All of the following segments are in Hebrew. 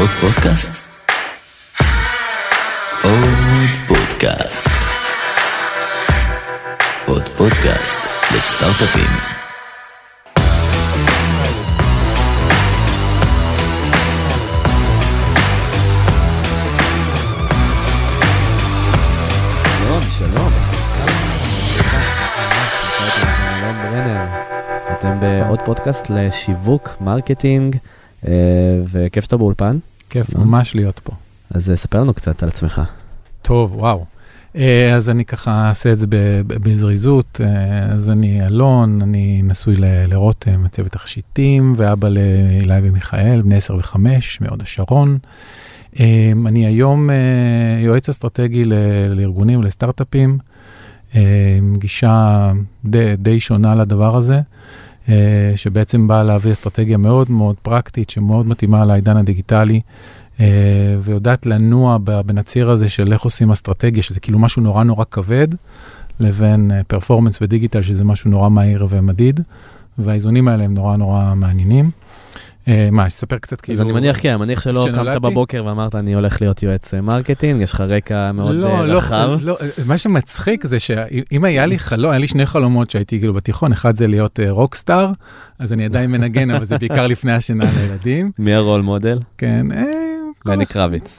עוד פודקאסט? עוד פודקאסט. עוד פודקאסט לסטארט-אפים. שלום. שלום ברנר. אתם בעוד פודקאסט לשיווק, מרקטינג, וכיף שאתה באולפן. כיף ממש להיות פה. אז ספר לנו קצת על עצמך. טוב, וואו. אז אני ככה אעשה את זה בזריזות. אז אני אלון, אני נשוי לרותם, צוות תכשיטים, ואבא לאלי ומיכאל, בני 10 ו-5, מהוד השרון. אני היום יועץ אסטרטגי לארגונים, לסטארט-אפים, גישה די שונה לדבר הזה, שבעצם באה להביא אסטרטגיה מאוד מאוד פרקטית, שמאוד מתאימה לעידן הדיגיטלי, ויודעת לנוע בין הציר הזה של איך עושים אסטרטגיה, שזה כאילו משהו נורא נורא כבד, לבין פרפורמנס ודיגיטל, שזה משהו נורא מהיר ומדיד, והאיזונים האלה הם נורא נורא מעניינים. מה, שספר קצת כאילו... אז אני מניח כן, מניח שלא קמת בבוקר ואמרת, אני הולך להיות יועץ מרקטינג, יש לך רקע מאוד רחב. לא, מה שמצחיק זה שאם היה לי חלום, היה לי שני חלומות שהייתי כאילו בתיכון, אחד זה להיות רוקסטאר, אז אני עדיין מנגן, אבל זה בעיקר לפני השינה לילדים. מי הרול מודל? כן, ואני קרביץ.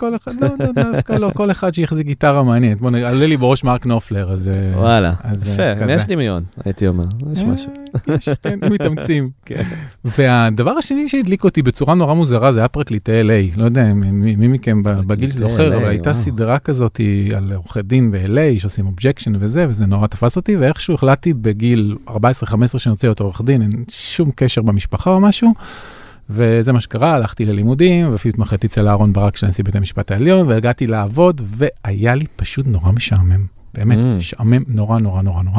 כל אחד שיחזיק גיטרה מעניינת. בוא נראה, עולה לי בראש מרק נופלר, אז... וואלה, יפה, יש דמיון, הייתי אומר. יש משהו. יש, כן, מתאמצים. והדבר השני שהדליק אותי בצורה נורא מוזרה, זה היה פרקליטי LA. לא יודע, מי מכם בגיל שזוכר, אבל הייתה סדרה כזאת על עורכי דין ב-LA, שעושים אובג'קשן וזה נורא תפס אותי, ואיכשהו החלטתי בגיל 14-15 שאני רוצה להיות עורך דין, אין שום קשר במשפחה או משהו, וזה מה שקרה, הלכתי ללימודים, ואפילו התמחיתי אצל אהרון ברק של נשיא בית המשפט העליון, והגעתי לעבוד, והיה לי פשוט נורא משעמם. באמת, משעמם נורא נורא נורא נורא.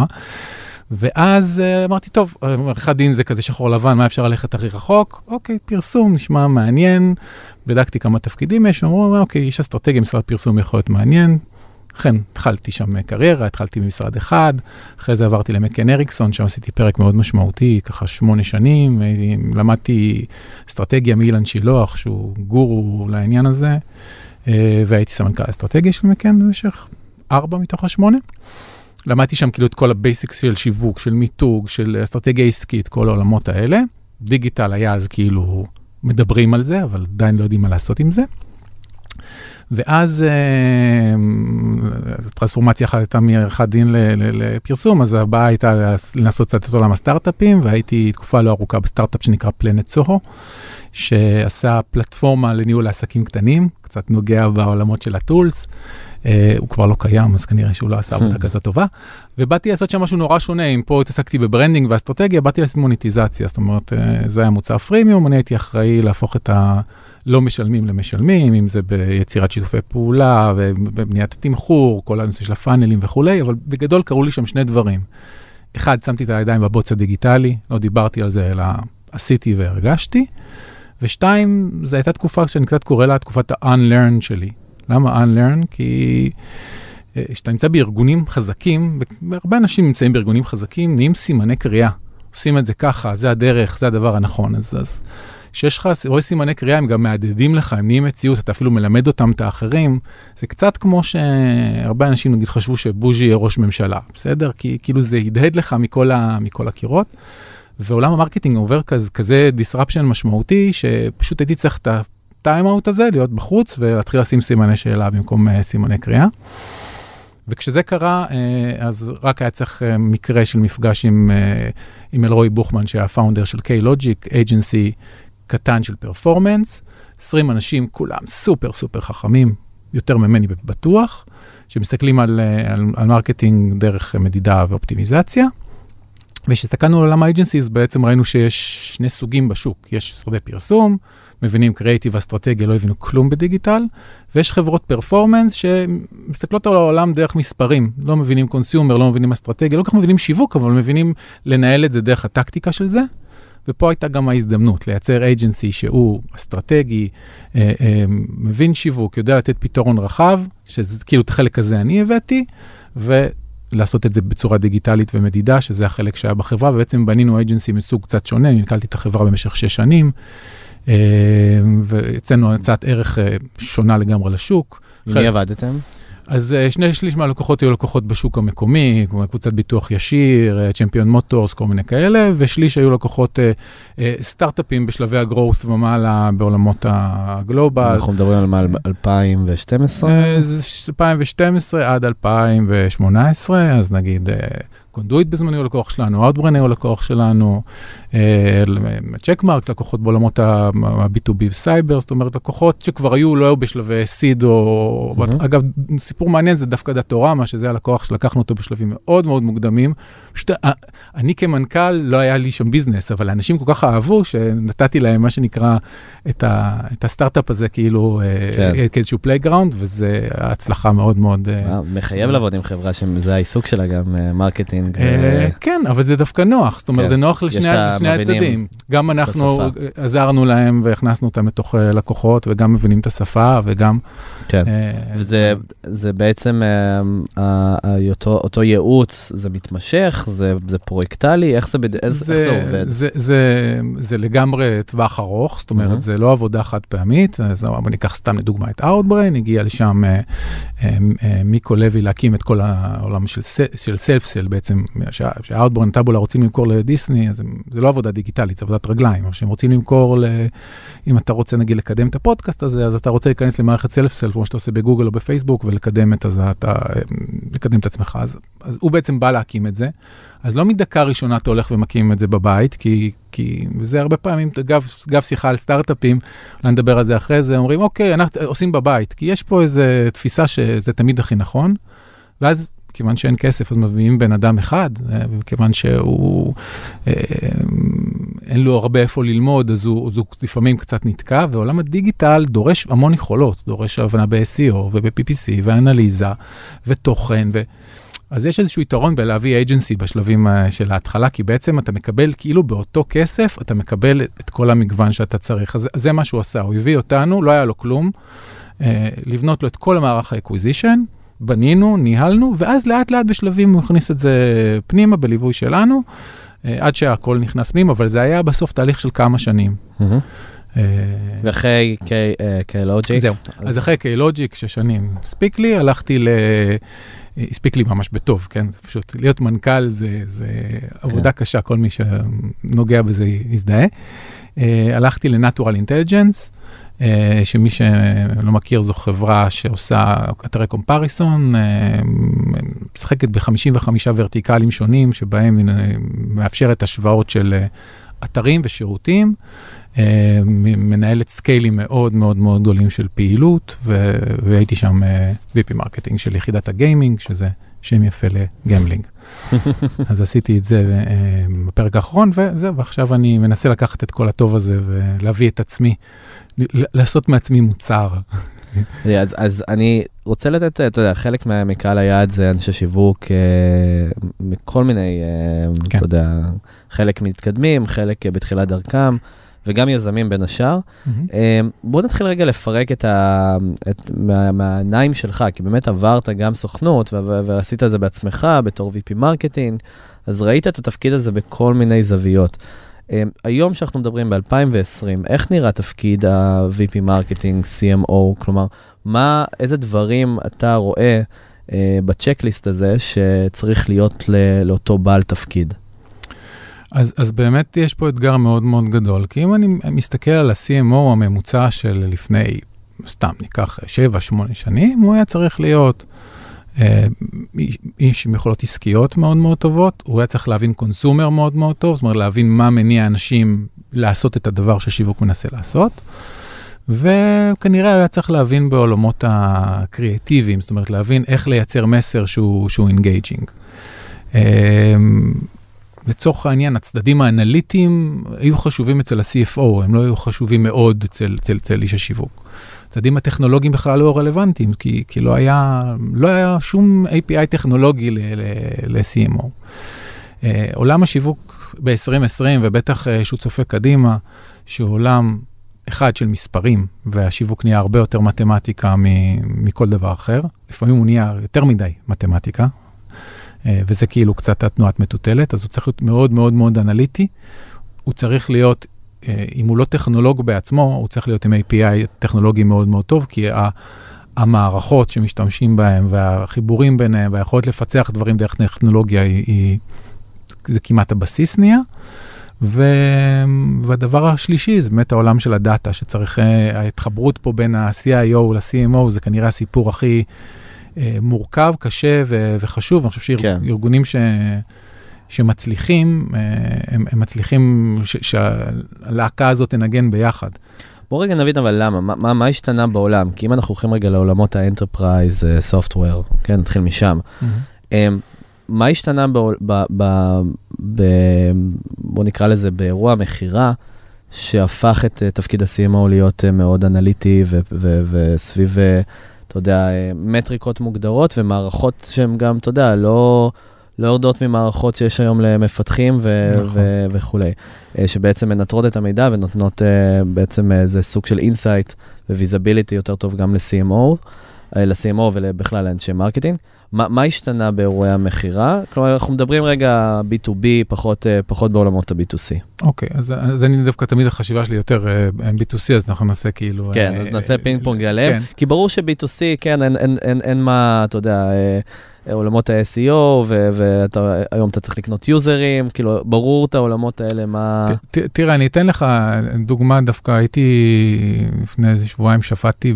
ואז אמרתי, טוב, עריכת דין זה כזה שחור לבן, מה אפשר ללכת הכי רחוק? אוקיי, פרסום, נשמע מעניין. בדקתי כמה תפקידים יש, אמרו, אוקיי, יש אסטרטגיה, משרד פרסום יכול להיות מעניין. לכן, התחלתי שם קריירה, התחלתי במשרד אחד, אחרי זה עברתי למקן אריקסון, שם עשיתי פרק מאוד משמעותי, ככה 8 שנים, למדתי אסטרטגיה מאילן שילוח, שהוא גורו לעניין הזה, והייתי סמנכ"ל אסטרטגיה של מקן במשך 4 מתוך 8. למדתי שם כאילו את כל הבייסיקס של שיווק, של מיתוג, של אסטרטגיה עסקית, כל העולמות האלה. דיגיטל היה אז כאילו מדברים על זה, אבל עדיין לא יודעים מה לעשות עם זה. ואז טרנספורמציה אחת הייתה מעריכת דין לפרסום, אז הבאה הייתה לנסות קצת את עולם הסטארט-אפים, והייתי תקופה לא ארוכה בסטארט-אפ שנקרא פלנט סוהו, שעשה פלטפורמה לניהול לעסקים קטנים, קצת נוגע בעולמות של הטולס, הוא כבר לא קיים, אז כנראה שהוא לא עשה עבודה כזאת טובה, ובאתי לעשות שם משהו נורא שונה, אם פה התעסקתי בברנדינג ואסטרטגיה, באתי לעשות מוניטיזציה, זאת אומרת, זה היה מוצא פרימיום, אני הייתי אחראי להפוך את לא משלמים למשלמים, אם זה ביצירת שיתופי פעולה, ובבניית תמחור, כל הנושא של הפאנלים וכולי, אבל בגדול קראו לי שם 2 דברים. אחד, שמתי את הידיים בבוץ הדיגיטלי, לא דיברתי על זה, אלא עשיתי והרגשתי. ו2, זו הייתה תקופה שאני קצת קורא לה תקופת ה-unlearn שלי. למה unlearn? כי כשאתה נמצא בארגונים חזקים, והרבה אנשים נמצאים בארגונים חזקים, נהיים סימני קריאה. עושים את זה ככה, זה הדרך, זה הדבר הנכון. אז שיש לך, רואה סימני קריאה, הם גם מעדדים לך, הם נהיים מציאות, אתה אפילו מלמד אותם את האחרים. זה קצת כמו שהרבה אנשים נגיד חשבו שבוז'י יהיה ראש ממשלה, בסדר? כי כאילו זה ידהד לך מכל הקירות. ועולם המרקטינג עובר כזה disruption משמעותי, שפשוט הייתי צריך את הטיים-אוט הזה, להיות בחוץ, ולהתחיל לשים סימני שאלה במקום סימני קריאה. וכשזה קרה, אז רק היה צריך מקרה של מפגש עם אלרועי בוכמן, שהיה הפאונדר של K-Logic, agency קטן של פרפורמנס, 20 אנשים, כולם סופר סופר חכמים, יותר ממני בטוח, שמסתכלים על מרקטינג דרך מדידה ואופטימיזציה, וכשהסתכלנו על עולם האג'נסיז, בעצם ראינו שיש 2 סוגים בשוק, יש שרדי פרסום, מבינים קריאיטיב אסטרטגיה, לא הבינו כלום בדיגיטל, ויש חברות פרפורמנס שמסתכלות על העולם דרך מספרים, לא מבינים קונסיומר, לא מבינים אסטרטגיה, לא כך מבינים שיווק, אבל מבינים לנהל את זה דרך הטקטיקה של זה, ופה הייתה גם ההזדמנות לייצר אג'נסי שהוא אסטרטגי, מבין שיווק, יודע לתת פתרון רחב, שכאילו את החלק הזה אני הבאתי, ולעשות את זה בצורה דיגיטלית ומדידה, שזה החלק שהיה בחברה, ובעצם בנינו אג'נסי מסוג קצת שונה, נקלתי את החברה במשך 6 שנים, ויצאנו הצעת ערך שונה לגמרי לשוק. מי עבדתם? אז 2/3 מהלקוחות היו לקוחות בשוק המקומי, כמו קבוצת ביטוח ישיר, צ'מפיון מוטורס, כל מיני כאלה, ושליש היו לקוחות סטארט-אפים בשלבי הגרוס ומעלה בעולמות הגלובל. אנחנו מדברים על 2012? 2012 עד 2018, אז נגיד קונדויט בזמן היו לקוח שלנו, אאוטברן היו לקוח שלנו, צ'קמרקס, לקוחות בעולמות ה-B2B וסייבר, זאת אומרת, לקוחות שכבר היו, לא היו בשלבי סיד, אגב, סיפור מעניין זה דווקא דאטורמה, שזה הלקוח שלקחנו אותו בשלבים מאוד מאוד מוקדמים. פשוט, אני כמנכ"ל לא היה לי שם ביזנס, אבל האנשים כל כך אהבו, שנתתי להם מה שנקרא את הסטארט-אפ הזה, כאילו, כאיזשהו פלייגראונד, וזה הצלחה מאוד מאוד... מחייב לעבוד עם חברה שזה העיסוק שלה גם מרקטינג. כן, אבל זה דווקא נוח, זאת אומרת, זה נוח לשני הצדדים. גם אנחנו עזרנו להם והכנסנו אותם לתוך לקוחות, וגם מבינים את השפה, וגם... כן, וזה בעצם אותו ייעוץ, זה מתמשך, זה פרויקטלי, איך זה עובד? זה לגמרי טווח ארוך, זאת אומרת, זה לא עבודה חד פעמית, אבל ניקח סתם לדוגמה את אאוטברן, הגיע לשם מיקו לוי להקים את כל העולם של סלף-סל בעצם, שהאאוטברן טאבולה רוצים למכור לדיסני, אז זה לא עבודה דיגיטלית, זה עבודת רגליים, אבל שהם רוצים למכור, אם אתה רוצה נגיד לקדם את הפודקאסט הזה, אז אתה רוצה להיכנס למערכת סלף-סל, כמו שאתה עושה בגוגל או בפייסבוק, ולקדם את עצמך, אז הוא בעצם בא להקים את זה, אז לא מדקה ראשונה אתה הולך ומקים את זה בבית, כי זה הרבה פעמים, גב שיחה על סטארט-אפים, אולי נדבר על זה אחרי זה, אומרים, אוקיי, אנחנו עושים בבית, כי יש פה איזו תפיסה שזה תמיד הכי נכון, ואז כיוון שאין כסף, אז מביאים בן אדם אחד, וכיוון שהוא אין לו הרבה איפה ללמוד, אז הוא לפעמים קצת נתקע, ועולם הדיגיטל דורש המון יכולות, דורש הבנה ב-SEO וב-PPC, ואנליזה, ותוכן, אז יש איזשהו יתרון בלהביא agency בשלבים של ההתחלה, כי בעצם אתה מקבל, כאילו באותו כסף, אתה מקבל את כל המגוון שאתה צריך. אז זה מה שהוא עשה, הוא הביא אותנו, לא היה לו כלום, לבנות לו את כל המערך האקוויזישן, בנינו, ניהלנו, ואז לאט לאט בשלבים הוא הכניס את זה פנימה בליווי שלנו, עד שהכל נכנס פנימה, אבל זה היה בסוף תהליך של כמה שנים. ואחרי קיילוג'יק? זהו, אז אחרי קיילוג'יק 6 שנים הספיק לי, הספיק לי ממש בטוב, כן? זה פשוט, להיות מנכ"ל זה עבודה קשה, כל מי שנוגע בזה יזדהה. הלכתי ל-Natural Intelligence, שמי שלא מכיר זו חברה שעושה אתרי קומפריסון, משחקת ב-55 ורטיקלים שונים, שבהם מאפשרת השוואות של אתרים ושירותים, מנהלת סקיילים מאוד מאוד מאוד גדולים של פעילות, והייתי שם VP מרקטינג של יחידת הגיימינג, שזה שם יפה לגמלינג. אז עשיתי את זה בפרק האחרון, וזהו, ועכשיו אני מנסה לקחת את כל הטוב הזה, ולהביא את עצמי, לעשות מעצמי מוצר. אז אני רוצה לתת, אתה יודע, חלק מקהל היעד זה אנשי שיווק, מכל מיני, אתה יודע, חלק מתקדמים, חלק בתחילת דרכם, וגם יזמים בין השאר. בוא נתחיל רגע לפרק מהעיניים שלך, כי באמת עברת גם סוכנות, ועשית את זה בעצמך בתור VP מרקטינג, אז ראית את התפקיד הזה בכל מיני זוויות. היום שאנחנו מדברים ב-2020, איך נראה תפקיד ה-VP מרקטינג, CMO, כלומר, איזה דברים אתה רואה בצ'קליסט הזה שצריך להיות לאותו בעל תפקיד? אז באמת יש פה אתגר מאוד מאוד גדול, כי אם אני מסתכל על ה-CMO הממוצע של לפני, סתם ניקח 7-8 שנים, הוא היה צריך להיות איש עם יכולות עסקיות מאוד מאוד טובות, הוא היה צריך להבין קונסומר מאוד מאוד טוב, זאת אומרת להבין מה מניע אנשים לעשות את הדבר ששיווק מנסה לעשות, וכנראה היה צריך להבין בעולמות הקריאטיביים, זאת אומרת להבין איך לייצר מסר שהוא engaging. לצורך העניין, הצדדים האנליטיים היו חשובים אצל ה-CFO, הם לא היו חשובים מאוד אצל איש השיווק. הצדדים הטכנולוגיים בכלל לא רלוונטיים, כי לא היה שום API טכנולוגי ל-CMO. עולם השיווק ב-2020, ובטח שהוא צופה קדימה, שהוא עולם אחד של מספרים, והשיווק נהיה הרבה יותר מתמטיקה מכל דבר אחר. לפעמים הוא נהיה יותר מדי מתמטיקה, וזה כאילו קצת התנועת מטוטלת, אז הוא צריך להיות מאוד מאוד מאוד אנליטי, הוא צריך להיות אם הוא לא טכנולוג בעצמו, הוא צריך להיות עם API טכנולוגי מאוד מאוד טוב, כי המערכות שמשתמשים בהם, והחיבורים ביניהם, והיכולת לפצח דברים דרך טכנולוגיה, זה כמעט הבסיס נהיה. והדבר השלישי זה באמת העולם של הדאטה, שצריך, ההתחברות פה בין ה-CIO ל-CMO, זה כנראה הסיפור הכי מורכב, קשה וחשוב. אני חושב שארגונים שמצליחים, הם מצליחים שהלהקה הזאת תנגן ביחד. בוא רגע נבין אבל למה, מה השתנה בעולם? כי אם אנחנו הולכים רגע לעולמות האנטרפרייז, סופטוור, כן, נתחיל משם. מה השתנה בוא נקרא לזה, באירוע המחירה, שהפך את תפקיד ה-CMO להיות מאוד אנליטי וסביב, אתה יודע, מטריקות מוגדרות ומערכות שהן גם, אתה יודע, לא יורדות ממערכות שיש היום למפתחים וכו'. שבעצם מנטרות את המידע ונותנות בעצם איזה סוג של אינסייט וויזיביליטי יותר טוב גם ל-CMO ובכלל לאנשי מרקטינג. מה השתנה באירועי המחירה? כלומר, אנחנו מדברים רגע B2B, פחות בעולמות ה-B2C. אוקיי, אז אני דווקא תמיד החשיבה שלי יותר B2C, אז אנחנו נעשה כאילו... כן, אז נעשה פינג פונג עליהם, כי ברור ש-B2C, כן, אין מה, אתה יודע, עולמות ה-SEO, והיום אתה צריך לקנות יוזרים, כאילו, ברור את העולמות האלה, מה... תראה, אני אתן לך דוגמה, דווקא הייתי לפני איזה שבועיים שפטתי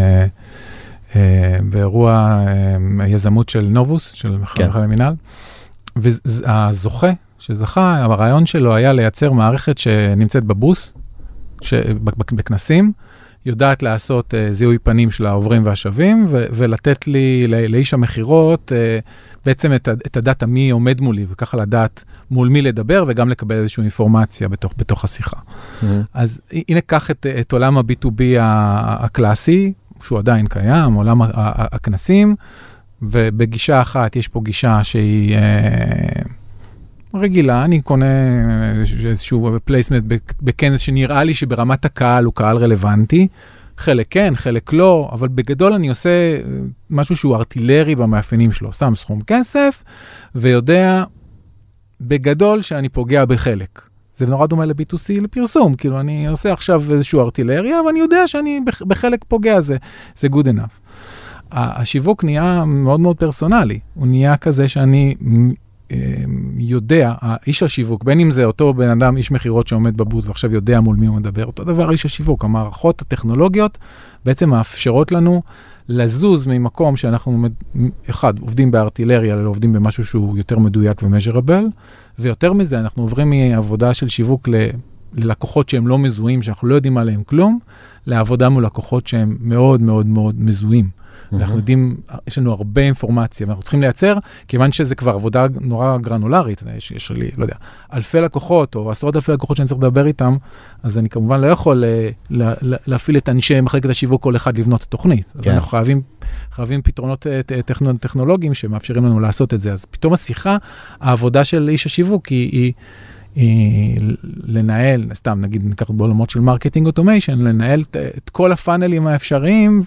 באירוע היזמות של נובוס, של מחלקת המינהל, והזוכה שזכה, הרעיון שלו היה לייצר מערכת שנמצאת בבוס, בכנסים, יודעת לעשות זיהוי פנים של העוברים והשבים, ולתת לי, לאיש המחירות, בעצם את הדאטה מי עומד מולי, וככה לדעת מול מי לדבר, וגם לקבל איזושהי אינפורמציה בתוך השיחה. אז הנה, קח את עולם ה-B2B הקלאסי, שהוא עדיין קיים, עולם הכנסים, ובגישה אחת יש פה גישה שהיא רגילה, אני קונה איזשהו פלייסמנט בכנס שנראה לי שברמת הקהל הוא קהל רלוונטי, חלק כן, חלק לא, אבל בגדול אני עושה משהו שהוא ארטילרי במאפיינים שלו, שם סכום כסף, ויודע בגדול שאני פוגע בחלק. זה נורא דומה ל-B2C לפרסום, כאילו אני עושה עכשיו איזשהו ארטילריה, ואני יודע שאני בחלק פוגע, זה good enough. השיווק נהיה מאוד מאוד פרסונלי, הוא נהיה כזה שאני יודע, איש השיווק, בין אם זה אותו בן אדם, איש מחירות שעומד בבוז, ועכשיו יודע מול מי הוא מדבר, אותו דבר איש השיווק, המערכות הטכנולוגיות בעצם מאפשרות לנו לזוז ממקום שאנחנו, אחד, עובדים בארטילריה, אלא עובדים במשהו שהוא יותר מדויק ומז'רבל, ויותר מזה, אנחנו עוברים מעבודה של שיווק ללקוחות שהם לא מזוהים, שאנחנו לא יודעים עליהם כלום, לעבודה מול לקוחות שהם מאוד מאוד מאוד מזוהים. אנחנו יודעים, יש לנו הרבה אינפורמציה, ואנחנו צריכים לייצר, כיוון שזה כבר עבודה נורא גרנולרית, יש לי, לא יודע, אלפי לקוחות, או עשרות אלפי לקוחות שאני צריך לדבר איתם, אז אני כמובן לא יכול להפעיל את אנשי מחלקת השיווק כל אחד לבנות תוכנית. אז אנחנו חייבים פתרונות טכנולוגיים שמאפשרים לנו לעשות את זה. אז פתאום השיחה, העבודה של איש השיווק היא לנהל, סתם נגיד ניקח בעולמות של מרקטינג אוטומיישן, לנהל את כל הפאנלים האפשריים,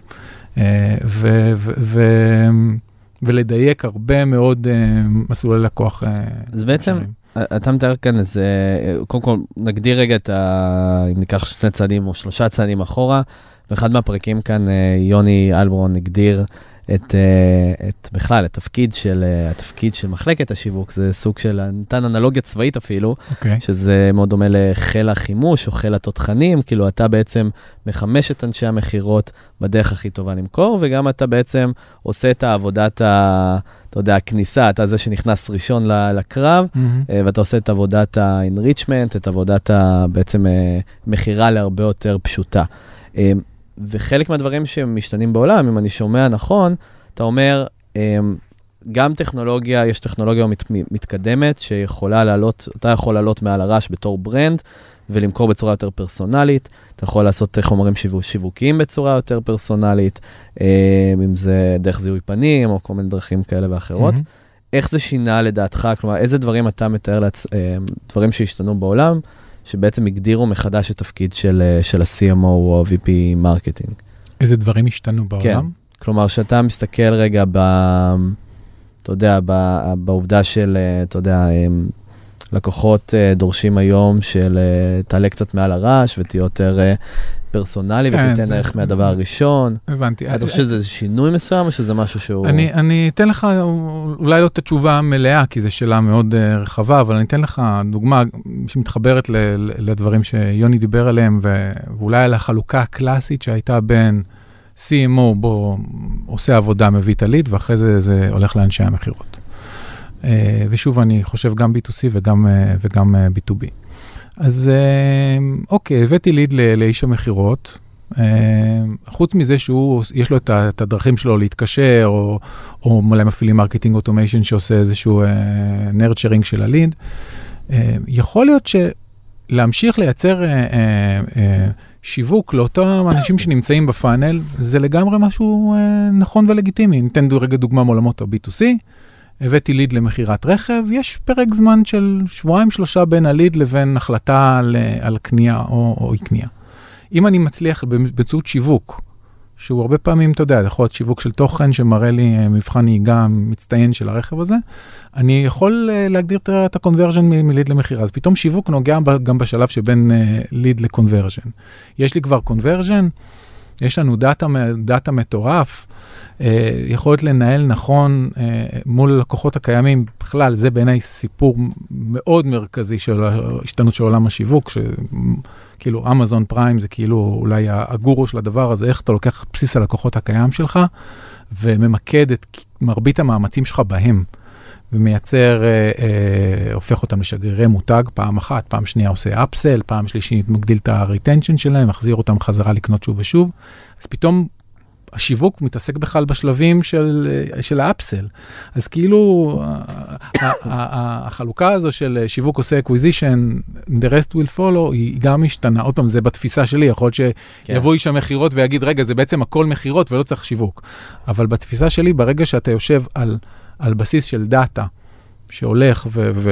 ולדייק הרבה מאוד מסלולי לקוח. אז בעצם, אתה מתאר כאן איזה, קודם כל נגדיר רגע אם ניקח 2 צעדים או 3 צעדים אחורה, ואחד מהפרקים כאן, יוני אלברון הגדיר בכלל, התפקיד של מחלקת השיווק, זה סוג של, נתן אנלוגיה צבאית אפילו, שזה מאוד דומה לחיל החימוש או חיל התותחנים, כאילו אתה בעצם מחמש את אנשי המחירות בדרך הכי טובה למכור, וגם אתה בעצם עושה את העבודת, אתה יודע, הכניסה, אתה זה שנכנס ראשון לקרב, ואתה עושה את עבודת ה-enrichment, את עבודת בעצם מחירה להרבה יותר פשוטה. וחלק מהדברים שמשתנים בעולם, אם אני שומע נכון, אתה אומר, גם טכנולוגיה, יש טכנולוגיה מתקדמת שיכולה לעלות, אתה יכול לעלות מעל הרש בתור ברנד, ולמכור בצורה יותר פרסונלית, אתה יכול לעשות חומרים שיווקיים בצורה יותר פרסונלית, אם זה דרך זיהוי פנים, או כל מיני דרכים כאלה ואחרות. איך זה שינה לדעתך? כלומר, איזה דברים אתה מתאר דברים שהשתנו בעולם, שבעצם הגדירו מחדש את תפקיד של ה-CMO או VP מרקטינג. איזה דברים השתנו בעולם? כן, כלומר, שאתה מסתכל רגע אתה יודע, בעובדה של, אתה יודע, לקוחות דורשים היום של תעלה קצת מעל הרעש ותהיה יותר פרסונלי ותיתן ערך מהדבר הראשון. הבנתי. אתה חושב שזה שינוי מסוים או שזה משהו שהוא... אני אתן לך אולי לא את התשובה המלאה, כי זו שאלה מאוד רחבה, אבל אני אתן לך דוגמה שמתחברת לדברים שיוני דיבר עליהם, ואולי על החלוקה הקלאסית שהייתה בין CMO, בו עושה עבודה, מביא את הליד, ואחרי זה הולך לאנשי המחירות. ושוב, אני חושב גם B2C וגם B2B. אז אוקיי, הבאתי ליד לאיש המחירות, חוץ מזה יש לו את הדרכים שלו להתקשר, או מלא מפעילים מרקטינג אוטומיישן שעושה איזשהו נרצ'רינג של הליד. יכול להיות שלהמשיך לייצר שיווק לאותם אנשים שנמצאים בפאנל, זה לגמרי משהו נכון ולגיטימי. ניתן רגע דוגמה מעולמות ה-B2C, הבאתי ליד למחירת רכב, יש פרק זמן של 2-3 בין הליד לבין החלטה על קנייה או אי קנייה. אם אני מצליח באמצעות שיווק, שהוא הרבה פעמים, אתה יודע, יכול להיות שיווק של תוכן שמראה לי מבחן נהיגה מצטיין של הרכב הזה, אני יכול להגדיר את הקונברז'ן מליד למחירה. אז פתאום שיווק נוגע גם בשלב שבין ליד לקונברז'ן. יש לי כבר קונברז'ן, יש לנו דאטה מטורף, יכולת לנהל נכון מול הלקוחות הקיימים, בכלל זה בעיניי סיפור מאוד מרכזי של השתנות של עולם השיווק, כאילו אמזון פריים זה כאילו אולי הגורו של הדבר הזה, איך אתה לוקח בסיס הלקוחות הקיים שלך, וממקד את מרבית המאמצים שלך בהם, ומייצר, הופך אותם לשגרירי מותג פעם אחת, פעם שנייה עושה אפסל, פעם שלישית מגדיל את הריטנשן שלהם, מחזיר אותם חזרה לקנות שוב ושוב, אז פתאום השיווק מתעסק בכלל בשלבים של האפסל. אז כאילו, החלוקה הזו של שיווק עושה acquisition, the rest will follow, היא גם משתנה. עוד פעם, זה בתפיסה שלי, יכול להיות שיבוא איש המחירות ויגיד, רגע, זה בעצם הכל מחירות ולא צריך שיווק. אבל בתפיסה שלי, ברגע שאתה יושב על בסיס של דאטה, שהולך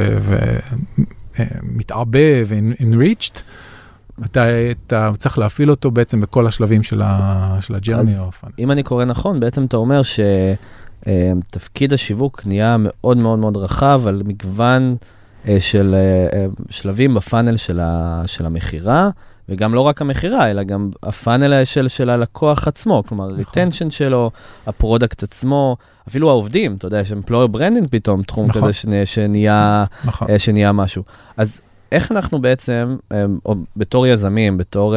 ומתערבה ו-enriched, אתה צריך להפעיל אותו בעצם בכל השלבים של הג'רני. אם אני קורא נכון, בעצם אתה אומר שתפקיד השיווק נהיה מאוד מאוד מאוד רחב על מגוון של שלבים בפאנל של המחירה, וגם לא רק המחירה, אלא גם הפאנל של הלקוח עצמו, כלומר, ריטנשן שלו, הפרודקט עצמו, אפילו העובדים, אתה יודע, יש אמפלויר ברנדינג פתאום, תחום כזה שנהיה משהו. אז איך אנחנו בעצם, בתור יזמים, בתור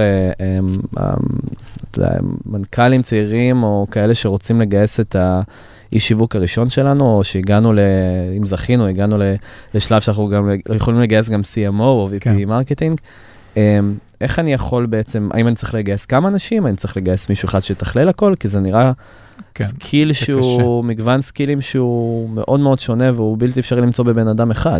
מנכ"לים צעירים, או כאלה שרוצים לגייס את האיש שיווק הראשון שלנו, או שהגענו, אם זכינו, הגענו לשלב שאנחנו גם יכולים לגייס גם CMO או VP מרקטינג, איך אני יכול בעצם, האם אני צריך לגייס כמה אנשים, אני צריך לגייס מישהו אחד שתכלל הכל, כי זה נראה סקיל שהוא, מגוון סקילים שהוא מאוד מאוד שונה, והוא בלתי אפשרי למצוא בבן אדם אחד.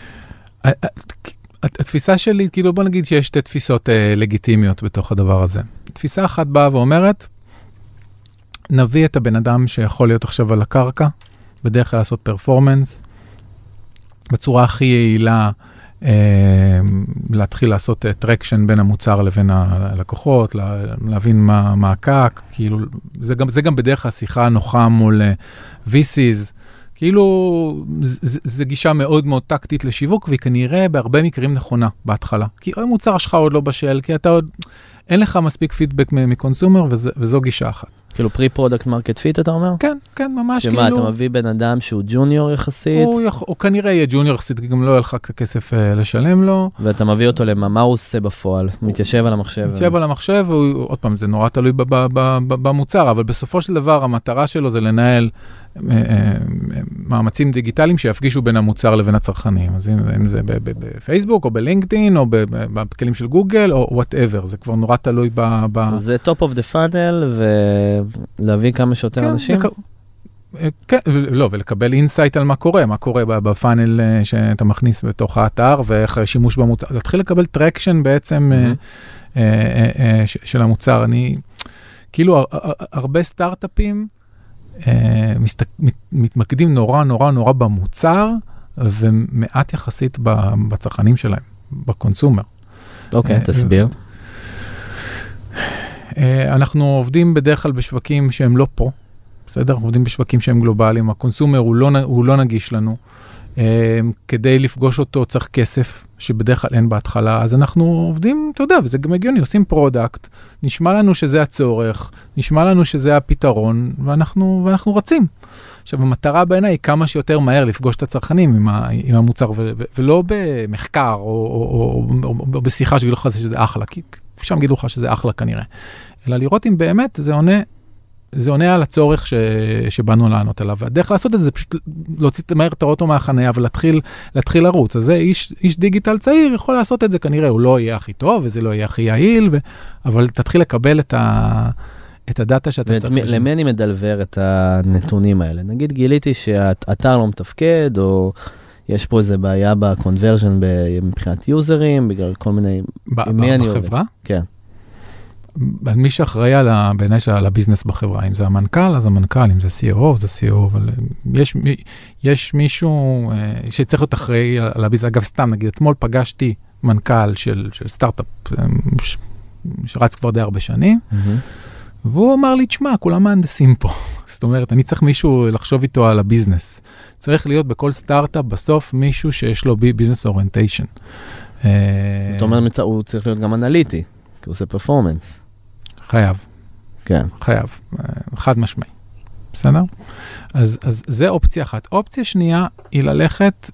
התפיסה שלי, כאילו בוא נגיד שיש שתי תפיסות לגיטימיות בתוך הדבר הזה. תפיסה אחת באה ואומרת, נביא את הבן אדם שיכול להיות עכשיו על הקרקע, בדרך כלל לעשות פרפורמנס, בצורה הכי יעילה, להתחיל לעשות טרקשן בין המוצר לבין הלקוחות, להבין מה הקק, כאילו, זה גם בדרך כלל שיחה נוחה מול VCs, כאילו, זו גישה מאוד מאוד טקטית לשיווק, והיא כנראה בהרבה מקרים נכונה בהתחלה. כי המוצר שלך עוד לא בשל, כי אתה עוד, אין לך מספיק פידבק מקונסומר, וזו גישה אחת. כאילו פרי-פרודקט מרקט פיט, אתה אומר? כן, כן, ממש שמה, אתה מביא בן אדם שהוא ג'וניור יחסית? הוא כנראה יהיה ג'וניור יחסית, כי גם לא יהיה לך כסף לשלם לו. ואתה מביא אותו מה הוא עושה בפועל? מתיישב על המחשב. מתיישב על המחשב, עוד פעם, זה נורא תלוי במוצר, אבל בסופו של דבר, המטרה שלו זה לנהל מאמצים דיגיטליים שיפגישו בין המוצר לבין הצרכנים. אז אם זה בפייסבוק או בלינקדאין או בכלים של גוגל או whatever, זה כבר נורא תלוי זה top of the funnel ולהביא כמה שיותר אנשים? כן, לא, ולקבל אינסייט על מה קורה בפאנל שאתה מכניס בתוך האתר ואיך שימוש במוצר. להתחיל לקבל טרקשן בעצם של המוצר. כאילו הרבה סטארט-אפים מתמקדים נורא במוצר, ומעט יחסית בצרכנים שלהם, בקונסומר. אוקיי, תסביר. אנחנו עובדים בדרך כלל בשווקים שהם לא פה, בסדר? עובדים בשווקים שהם גלובליים, הקונסומר הוא לא נגיש לנו. כדי לפגוש אותו צריך כסף, שבדרך כלל אין בהתחלה, אז אנחנו עובדים, אתה יודע, וזה גם הגיוני, עושים פרודקט, נשמע לנו שזה הצורך, נשמע לנו שזה הפתרון, ואנחנו רצים. עכשיו, המטרה בעיניי היא כמה שיותר מהר לפגוש את הצרכנים עם המוצר, ולא במחקר או בשיחה שגידו לך שזה אחלה, כי שם גידו לך שזה אחלה כנראה, אלא לראות אם באמת זה עונה על הצורך שבאנו לענות עליו, והדרך לעשות את זה פשוט להוציא מהר את האוטו מהחניה ולהתחיל לרוץ. אז זה איש דיגיטל צעיר יכול לעשות את זה כנראה, הוא לא יהיה הכי טוב וזה לא יהיה הכי יעיל, אבל תתחיל לקבל את הדאטה שאתה צריך. למי אני מדלבר את הנתונים האלה? נגיד גיליתי שהאתר לא מתפקד, או יש פה איזה בעיה בקונברז'ן מבחינת יוזרים, בגלל כל מיני... בחברה? כן. מי שאחראי בעיניי על הביזנס בחברה, אם זה המנכ"ל, אז המנכ"ל, אם זה CEO, זה CEO, אבל יש מישהו שצריך להיות אחראי על הביזנס. אגב, סתם, נגיד, אתמול פגשתי מנכ"ל של סטארט-אפ שרץ כבר די הרבה שנים, והוא אמר לי, תשמע, כולם מהנדסים פה. זאת אומרת, אני צריך מישהו לחשוב איתו על הביזנס. צריך להיות בכל סטארט-אפ בסוף מישהו שיש לו ביזנס אוריינטיישן. זאת אומרת, הוא צריך להיות גם אנליטי, כי הוא עושה פרפורמנס. חייב. כן. חייב. חד משמעי. בסדר? אז זה אופציה אחת. אופציה שנייה היא ללכת,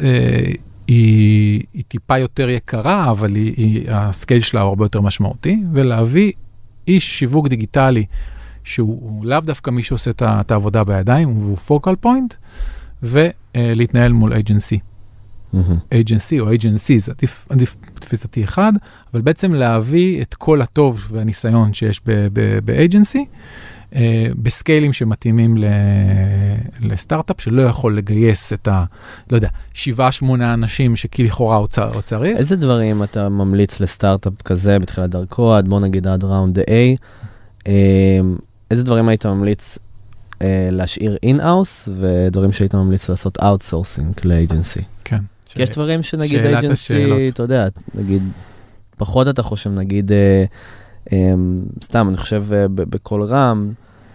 היא טיפה יותר יקרה, אבל הסקייל שלה הוא הרבה יותר משמעותי, ולהביא איש שיווק דיגיטלי, שהוא לאו דווקא מי שעושה את העבודה בידיים, והוא פוקל פוינט, ולהתנהל מול אייג'נסי. אייג'נסי או אייג'נסיז, עדיף תפיסתי אחד, אבל בעצם להביא את כל הטוב והניסיון שיש באייג'נסי, בסקיילים שמתאימים לסטארט-אפ, שלא יכול לגייס את לא יודע, 7-8 אנשים שכלכאורה הוא צריך. איזה דברים אתה ממליץ לסטארט-אפ כזה בתחילת דרכו, בוא נגיד עד ראונד A, איזה דברים היית ממליץ להשאיר אין-האוס, ודברים שהיית ממליץ לעשות אאוטסורסינג לאייג'נסי? כן. כי יש דברים שנגיד אייג'נסי, אתה יודע, נגיד, פחות אתה חושב, נגיד, סתם, אני חושב בכל רם,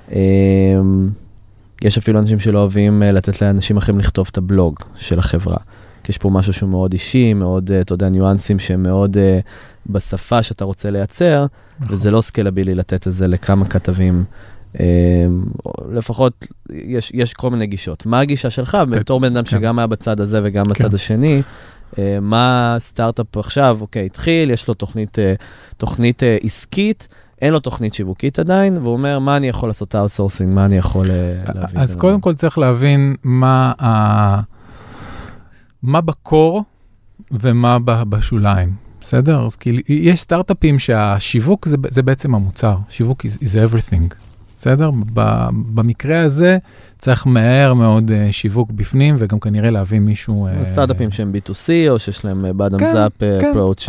יש אפילו אנשים שלא אוהבים לתת לאנשים אחרים לכתוב את הבלוג של החברה. כי יש פה משהו שהוא מאוד אישי, מאוד, אתה יודע, ניואנסים שהם מאוד בשפה שאתה רוצה לייצר, וזה לא סקלבילי לתת את זה לכמה כתבים. לפחות יש כל מיני גישות. מה הגישה שלך? בתור בן אדם שגם היה בצד הזה וגם בצד השני, מה סטארט-אפ עכשיו, אוקיי, התחיל, יש לו תוכנית עסקית, אין לו תוכנית שיווקית עדיין, והוא אומר, מה אני יכול לעשות אאוטסורסינג, מה אני יכול להביא? אז קודם כל צריך להבין מה בקור ומה בשוליים. בסדר? אז יש סטארט-אפים שהשיווק זה בעצם המוצר. שיווק is everything. בסדר? במקרה הזה צריך מהר מאוד שיווק בפנים, וגם כנראה להביא מישהו... סטארט-אפים שהם B2C, או שיש להם bottoms-up approach.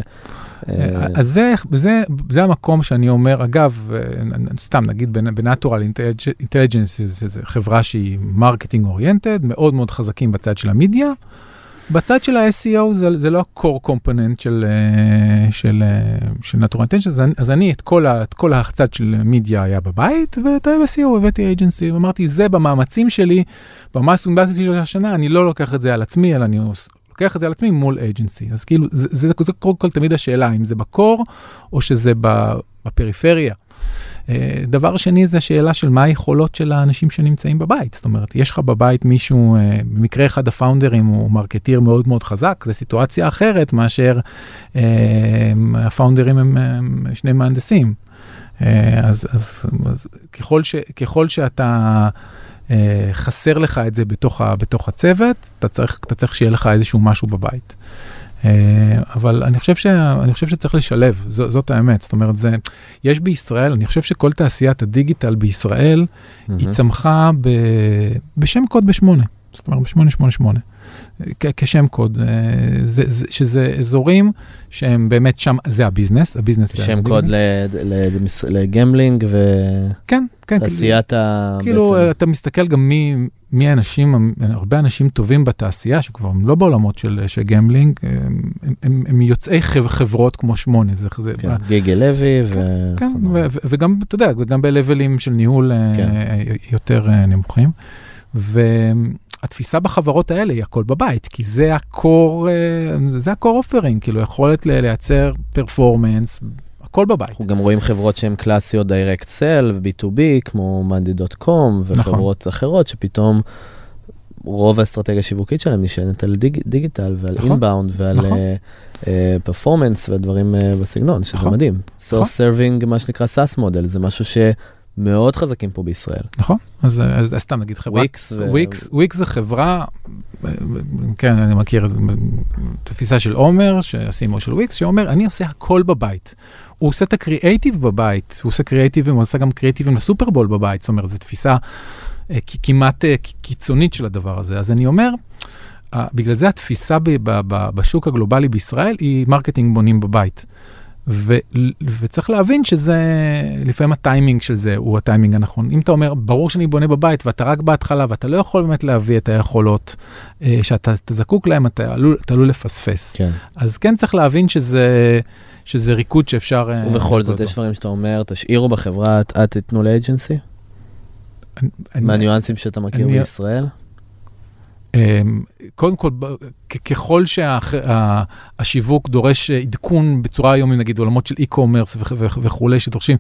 אז זה המקום שאני אומר, אגב, סתם נגיד בנטורל אינטליג'נס, זו חברה שהיא מרקטינג אוריינטד, מאוד מאוד חזקים בצד של המדיה, בצד של ה-SEO זה לא ה-core component של נטורל אינטליג'נס, אז אני את כל הצד של מדיה היה בבית, ואת ה-SEO הבאתי אייג'נסי, ואמרתי, זה במאמצים שלי, במאמצים של השנה, אני לא לוקח את זה על עצמי, אלא אני לוקח את זה על עצמי מול אייג'נסי. אז כאילו, זה קודם כל תמיד השאלה, אם זה בקור, או שזה בפריפריה. דבר שני, זה השאלה של מה היכולות של האנשים שנמצאים בבית. זאת אומרת, יש לך בבית מישהו, במקרה אחד הפאונדרים הוא מרקטיר מאוד מאוד חזק, זו סיטואציה אחרת מאשר הפאונדרים הם שני מהנדסים. אז ככל שאתה חסר לך את זה בתוך הצוות, אתה צריך שיהיה לך איזשהו משהו בבית. אבל אני חושב שצריך לשלב, זאת האמת. זאת אומרת, יש בישראל, אני חושב שכל תעשיית הדיגיטל בישראל, היא צמחה בשם קוד ב8. זאת אומרת, ב888. כשם קוד, שזה אזורים שהם באמת שם, זה הביזנס. שם קוד לגמלינג ותעשיית כאילו, אתה מסתכל גם מי האנשים, הרבה אנשים טובים בתעשייה, שכבר הם לא בעולמות של גמלינג, הם יוצאי חברות כמו 8. גיגל לוי. וגם, אתה יודע, גם בלבלים של ניהול יותר נמוכים. התפיסה בחברות האלה היא הכל בבית, כי זה הקור אופרינג, כאילו יכולת לייצר פרפורמנס, הכל בבית. אנחנו גם רואים חברות שהן קלאסיות direct sell ו-B2B, כמו Monday.com, וחברות אחרות שפתאום רוב האסטרטגיה השיווקית שלהם נשענת על דיגיטל ועל אינבאונד ועל פרפורמנס והדברים בסגנון, שזה מדהים. Self-serving, מה שנקרא SaaS מודל, זה משהו שמאוד חזקים פה בישראל. נכון, אז סתם נגיד חברה. וויקס זה חברה, כן, אני מכיר תפיסה של עומר, שעשימו של וויקס, שאומר, אני עושה הכל בבית. הוא עושה את הקריאייטיב בבית, הוא עושה קריאייטיבים, הוא עושה גם קריאייטיבים לסופרבול בבית, זאת אומרת, זו תפיסה כמעט קיצונית של הדבר הזה. אז אני אומר, בגלל זה התפיסה בשוק הגלובלי בישראל היא מרקטינג בונים בבית. וצריך להבין שזה, לפעמים הטיימינג של זה הוא הטיימינג הנכון. אם אתה אומר, ברור שאני בונה בבית ואתה רק בהתחלה ואתה לא יכול באמת להביא את היכולות שאתה זקוק להם, אתה עלול לפספס. כן. אז כן צריך להבין שזה ריקוד שאפשר... ובכל זאת יש דברים שאתה אומר, תשאירו בחברה, את תתנו לאג'נסי? מהניואנסים שאתה מכיר בישראל? קודם כל, ככל שהשיווק דורש עדכון בצורה היום, נגיד עולמות של e-commerce וכולי שדורשים,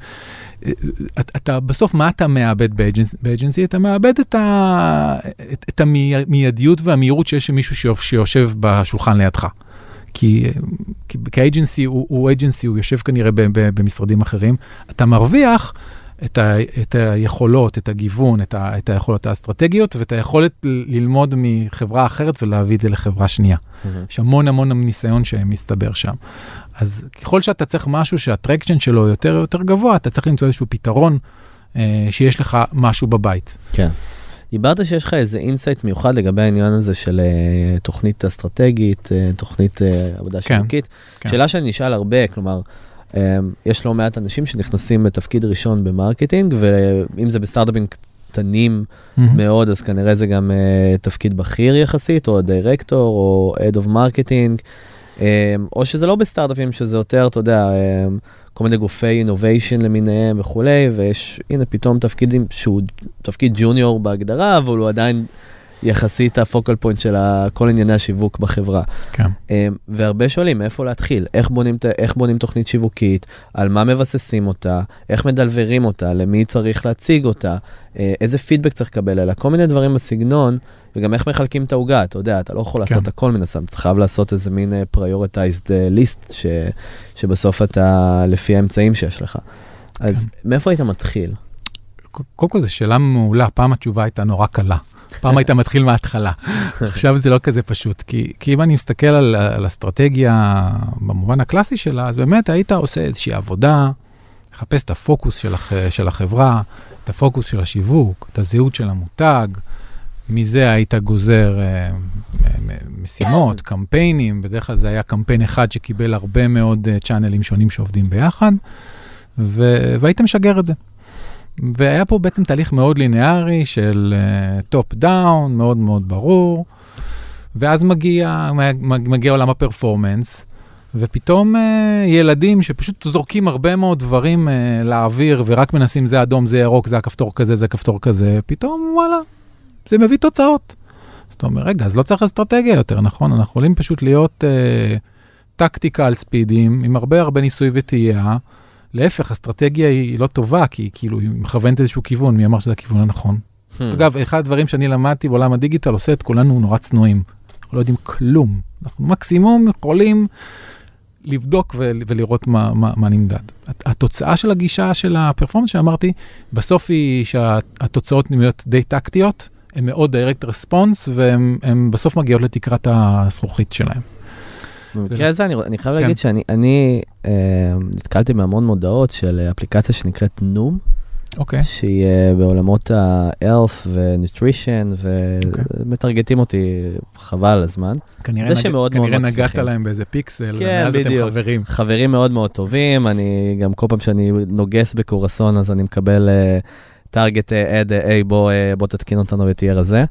אתה בסוף מה אתה מאבד באג'נסי? אתה מאבד את המיידיות והמהירות שיש מישהו שיושב בשולחן לידך. כי כאג'נסי הוא אג'נסי, הוא יושב כנראה במשרדים אחרים, אתה מרוויח את היכולות, את הגיוון, את היכולות האסטרטגיות, ואת היכולת ללמוד מחברה אחרת ולהביא את זה לחברה שנייה. יש המון המון ניסיון שמסתבר שם. אז ככל שאתה צריך משהו שהטרקשן שלו יותר גבוה, אתה צריך למצוא איזשהו פתרון שיש לך משהו בבית. כן. דיברת שיש לך איזה אינסייט מיוחד לגבי העניין הזה של תוכנית אסטרטגית, תוכנית עבודה שיווקית. שאלה שאני נשאל הרבה, כלומר, יש לא מעט אנשים שנכנסים לתפקיד ראשון במרקטינג, ואם זה בסטארט-אפים קטנים מאוד, אז כנראה זה גם תפקיד בכיר יחסית, או דירקטור, או Head of Marketing, או שזה לא בסטארט-אפים, שזה יותר, אתה יודע, כל מיני גופי innovation למיניהם וכולי, ויש, הנה, פתאום תפקידים שהוא תפקיד ג'וניור בהגדרה, אבל הוא עדיין יחסית הפוקל פוינט של כל ענייני השיווק בחברה. כן. והרבה שואלים, מאיפה להתחיל? איך בונים תוכנית שיווקית? על מה מבססים אותה? איך מדלברים אותה? למי צריך להציג אותה? איזה פידבק צריך לקבל עליה? כל מיני דברים בסגנון, וגם איך מחלקים את העוגה. אתה יודע, אתה לא יכול לעשות הכל מן הסתם. אתה חייב לעשות איזה מין prioritized list, שבסוף אתה לפי האמצעים שיש לך. אז מאיפה היית מתחיל? קודם כל, זו שאלה מעולה. פעם התשובה הייתה נורא קלה. פעם היית מתחיל מההתחלה. עכשיו זה לא כזה פשוט, כי אם אני מסתכל על אסטרטגיה במובן הקלאסי שלה, אז באמת היית עושה איזושהי עבודה, לחפש את הפוקוס של החברה, את הפוקוס של השיווק, את הזהות של המותג, מזה היית גוזר משימות, קמפיינים, בדרך כלל זה היה קמפיין אחד שקיבל הרבה מאוד צ'אנלים שונים שעובדים ביחד, והיית משגר את זה. והיה פה בעצם תהליך מאוד ליניארי של טופ דאון, מאוד מאוד ברור, ואז מגיע עולם הפרפורמנס, ופתאום ילדים שפשוט זורקים הרבה מאוד דברים לאוויר, ורק מנסים זה אדום, זה ירוק, זה הכפתור כזה, זה כפתור כזה, פתאום וואלה, זה מביא תוצאות. אז אתה אומר, רגע, אז לא צריך אסטרטגיה יותר, נכון? אנחנו יכולים פשוט להיות טקטיקל ספידים, עם הרבה ניסוי וטעייה, להפך, אסטרטגיה היא לא טובה, כי כאילו היא מכוונת איזשהו כיוון, מי אמר שזה הכיוון הנכון. אגב, אחד הדברים שאני למדתי בעולם הדיגיטל, עושה את כולנו נורא צנועים. אנחנו לא יודעים כלום. אנחנו מקסימום יכולים לבדוק ולראות מה נמדד. התוצאה של הגישה של הפרפורמנס שאמרתי, בסוף היא שהתוצאות נהיות די טקטיות, הן מאוד direct response, והן בסוף מגיעות לתקרת הזכוכית שלהן. במקרה הזה אני חייב להגיד שאני נתקלתי בהמון מודעות של אפליקציה שנקראת נום, שהיא בעולמות ה-health ו-nutrition, ומטרגטים אותי חבל על הזמן. כנראה נגעת להם באיזה פיקסל, ומאז אתם חברים. חברים מאוד מאוד טובים, אני גם כל פעם שאני נוגס בקורסון, אז אני מקבל טארגט אד, בוא תתקין אותנו ותהיה רזה.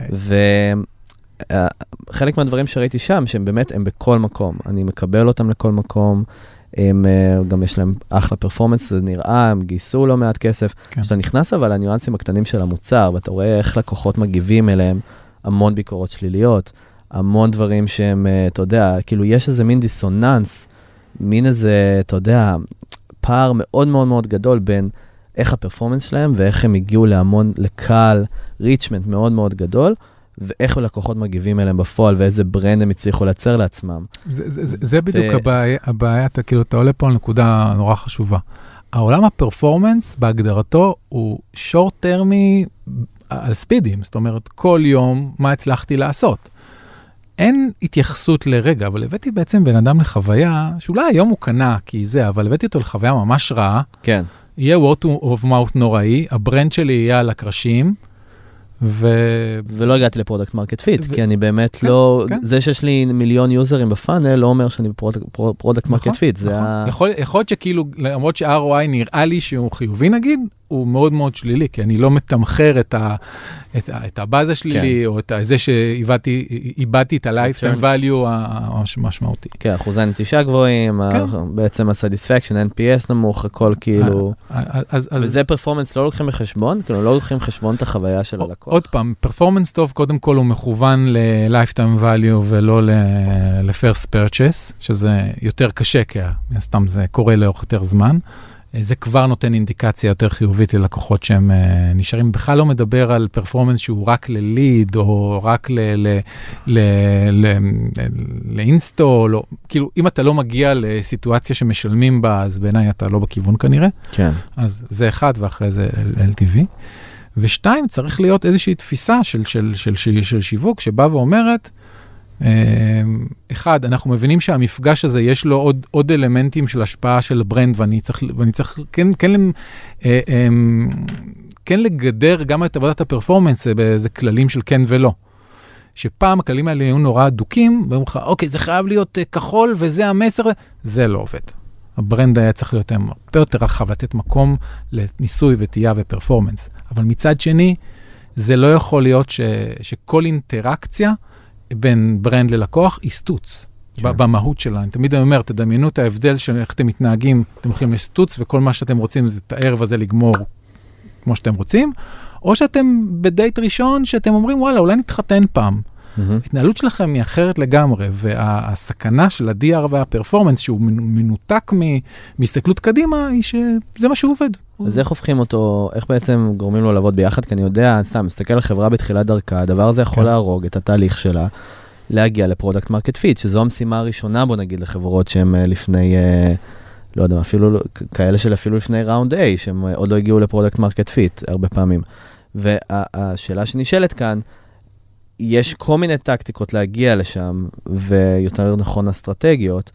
חלק מהדברים שראיתי שם, שהם באמת, הם בכל מקום. אני מקבל אותם לכל מקום, גם יש להם אחלה פרפורמנס, זה נראה, הם גייסו לא מעט כסף. כשאתה נכנס אבל לניואנסים הקטנים של המוצר, ואתה רואה איך לקוחות מגיבים אליהם, המון ביקורות שליליות, המון דברים שהם, אתה יודע, כאילו יש איזה מין דיסוננס, מין איזה, אתה יודע, פער מאוד מאוד מאוד גדול בין איך הפרפורמנס שלהם, ואיך הם הגיעו להמון, לקהל, ריצ'מנט מאוד מאוד גדול, ואיך לקוחות מגיבים אליהם בפועל, ואיזה ברנד הם הצליחו לייצר לעצמם. זה בדיוק הבעיה, כאילו, אתה עולה פה על נקודה נורא חשובה. העולם הפרפורמנס, בהגדרתו, הוא שורט-טרמי על ספידים, זאת אומרת, כל יום מה הצלחתי לעשות. אין התייחסות לרגע, אבל הבאתי בעצם בן אדם לחוויה, שאולי היום הוא קנה כי זה, אבל הבאתי אותו לחוויה ממש רעה. כן. יהיה word of mouth נוראי, הברנד שלי יהיה על הקרשים, ולא הגעתי לפרודקט מרקט פיט, כי אני באמת לא, זה שיש לי מיליון יוזרים בפאנל, לא אומר שאני בפרודקט מרקט פיט. יכול להיות שכאילו, למרות ש-ROI נראה לי שהוא חיובי נגיד, הוא מאוד מאוד שלילי, כי אני לא מתמחר את הבאזה שלילי, או את זה שאיבדתי את ה-lifetime value המשמעותי. כן, אחוזי נטישה גבוהים, בעצם ה-satisfaction, NPS נמוך, הכל כאילו, וזה פרפורמנס לא לוקחים בחשבון, כאילו לא לוקחים בחשבון את החוויה של הלקוח. עוד פעם, פרפורמנס טוב, קודם כל הוא מכוון ל-lifetime value ולא ל-first purchase, שזה יותר קשה, כי סתם זה קורה לאורך יותר זמן. זה כבר נותן אינדיקציה יותר חיובית ללקוחות שהם נשארים. בכלל לא מדבר על פרפורמנס שהוא רק לליד, או רק לאינסטול, כאילו, אם אתה לא מגיע לסיטואציה שמשלמים בה, אז בעיניי אתה לא בכיוון כנראה. כן. אז זה אחד, ואחרי זה LTV. ושתיים, צריך להיות איזושהי תפיסה של שיווק, שבא ואומרת, אחד, אנחנו מבינים שהמפגש הזה יש לו עוד אלמנטים של השפעה של ברנד, ואני צריך כן לגדר גם את עבודת הפרפורמנס באיזה כללים של כן ולא. שפעם הכללים האלה היו נורא אדוקים, ואומרים לך, אוקיי, זה חייב להיות כחול, וזה המסר, זה לא עובד. הברנד היה צריך להיות הרבה יותר רחב, לתת מקום לניסוי וטעייה ופרפורמנס. אבל מצד שני, זה לא יכול להיות שכל אינטראקציה בין ברנד ללקוח היא סטוץ, במהות שלה. אני תמיד אומר, תדמיינו את ההבדל של איך אתם מתנהגים, אתם הולכים לסטוץ, וכל מה שאתם רוצים זה את הערב הזה לגמור כמו שאתם רוצים, או שאתם בדייט ראשון, שאתם אומרים, וואלה, אולי נתחתן פעם. ההתנהלות שלכם היא אחרת לגמרי, והסכנה של ה-DR והפרפורמנס, שהוא מנותק מהסתכלות קדימה, היא שזה מה שעובד. אז איך הופכים אותו, איך בעצם גורמים לו לעבוד ביחד? כי אני יודע, סתם, מסתכל על חברה בתחילת דרכה, הדבר הזה יכול להרוג את התהליך שלה, להגיע לפרודקט מרקט פיט, שזו המשימה הראשונה, בוא נגיד, לחברות שהן לפני, לא יודע, אפילו כאלה של אפילו לפני ראונד A, שהם עוד לא הגיעו לפרודקט מרקט פיט, הרבה פעמים. והשאלה שנשאלת כאן, יש כל מיני טקטיקות להגיע לשם, ויותר נכון אסטרטגיות,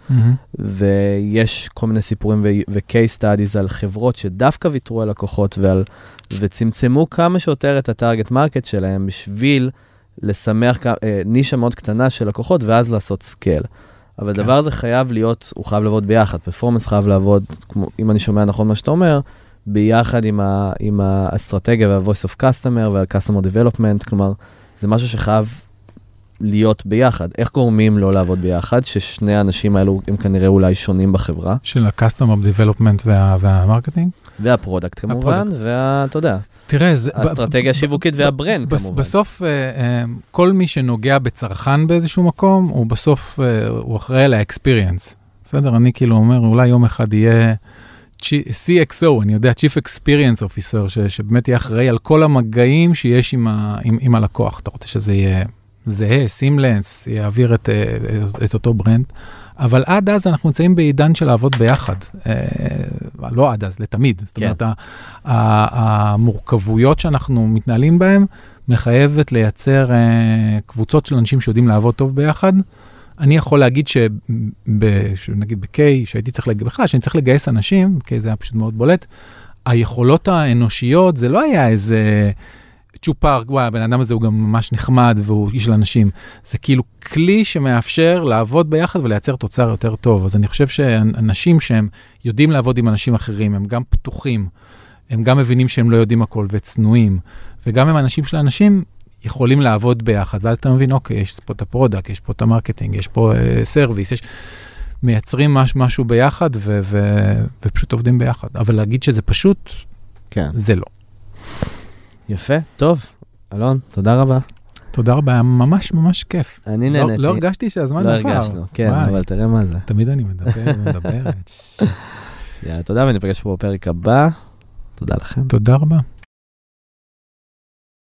ויש כל מיני סיפורים ו-case studies על חברות שדווקא ויתרו על לקוחות, וצמצמו כמה שיותר את הטארגט מרקט שלהם, בשביל לשמח נישה מאוד קטנה של לקוחות, ואז לעשות סקייל. אבל הדבר הזה חייב להיות, הוא חייב לעבוד ביחד, פרפורמנס חייב לעבוד, אם אני שומע נכון מה שאתה אומר, ביחד עם האסטרטגיה וה-voice of customer וה-customer development, כלומר, זה משהו שחייב להיות ביחד. איך גורמים לא לעבוד ביחד, ששני האנשים האלו הם כנראה אולי שונים בחברה? של ה-customer development והמרקטינג? והפרודקט כמובן, אתה יודע, האסטרטגיה השיווקית והברנד כמובן. בסוף, כל מי שנוגע בצרכן באיזשהו מקום, הוא בסוף, הוא אחראי ל-experience. בסדר? אני כאילו אומר, אולי יום אחד יהיה CXO, אני יודע, Chief Experience Officer, שבאמת יהיה אחראי על כל המגעים שיש עם הלקוח. אתה רוצה שזה יהיה זהה, סימלנס, יעביר את אותו ברנד. אבל עד אז אנחנו נמצאים בעידן של לעבוד ביחד. לא עד אז, לתמיד. זאת אומרת, המורכבויות שאנחנו מתנהלים בהן, מחייבת לייצר קבוצות של אנשים שיודעים לעבוד טוב ביחד. אני יכול להגיד שנגיד בקיי, שהייתי צריך בכלל, שאני צריך לגייס אנשים, כי זה היה פשוט מאוד בולט, היכולות האנושיות, זה לא היה איזה צ'ופר, וואי, הבן אדם הזה הוא גם ממש נחמד, והוא איש לאנשים. זה כאילו כלי שמאפשר לעבוד ביחד ולייצר תוצר יותר טוב. אז אני חושב שאנשים שהם יודעים לעבוד עם אנשים אחרים, הם גם פתוחים, הם גם מבינים שהם לא יודעים הכל משנואים, וגם הם אנשים של האנשים, יכולים לעבוד ביחד, ואז אתה מבין, אוקיי, יש פה את הפרודקט, יש פה את המרקטינג, יש פה סרוויס, מייצרים משהו ביחד, ופשוט עובדים ביחד. אבל להגיד שזה פשוט, זה לא. יפה, טוב. אלון, תודה רבה. תודה רבה, היה ממש ממש כיף. אני נהניתי. לא הרגשתי שהזמן עבר. לא הרגשנו, כן, אבל תראה מה זה. תמיד אני מדבר. תודה, ונפגש פה בפרק הבא. תודה לכם. תודה רבה.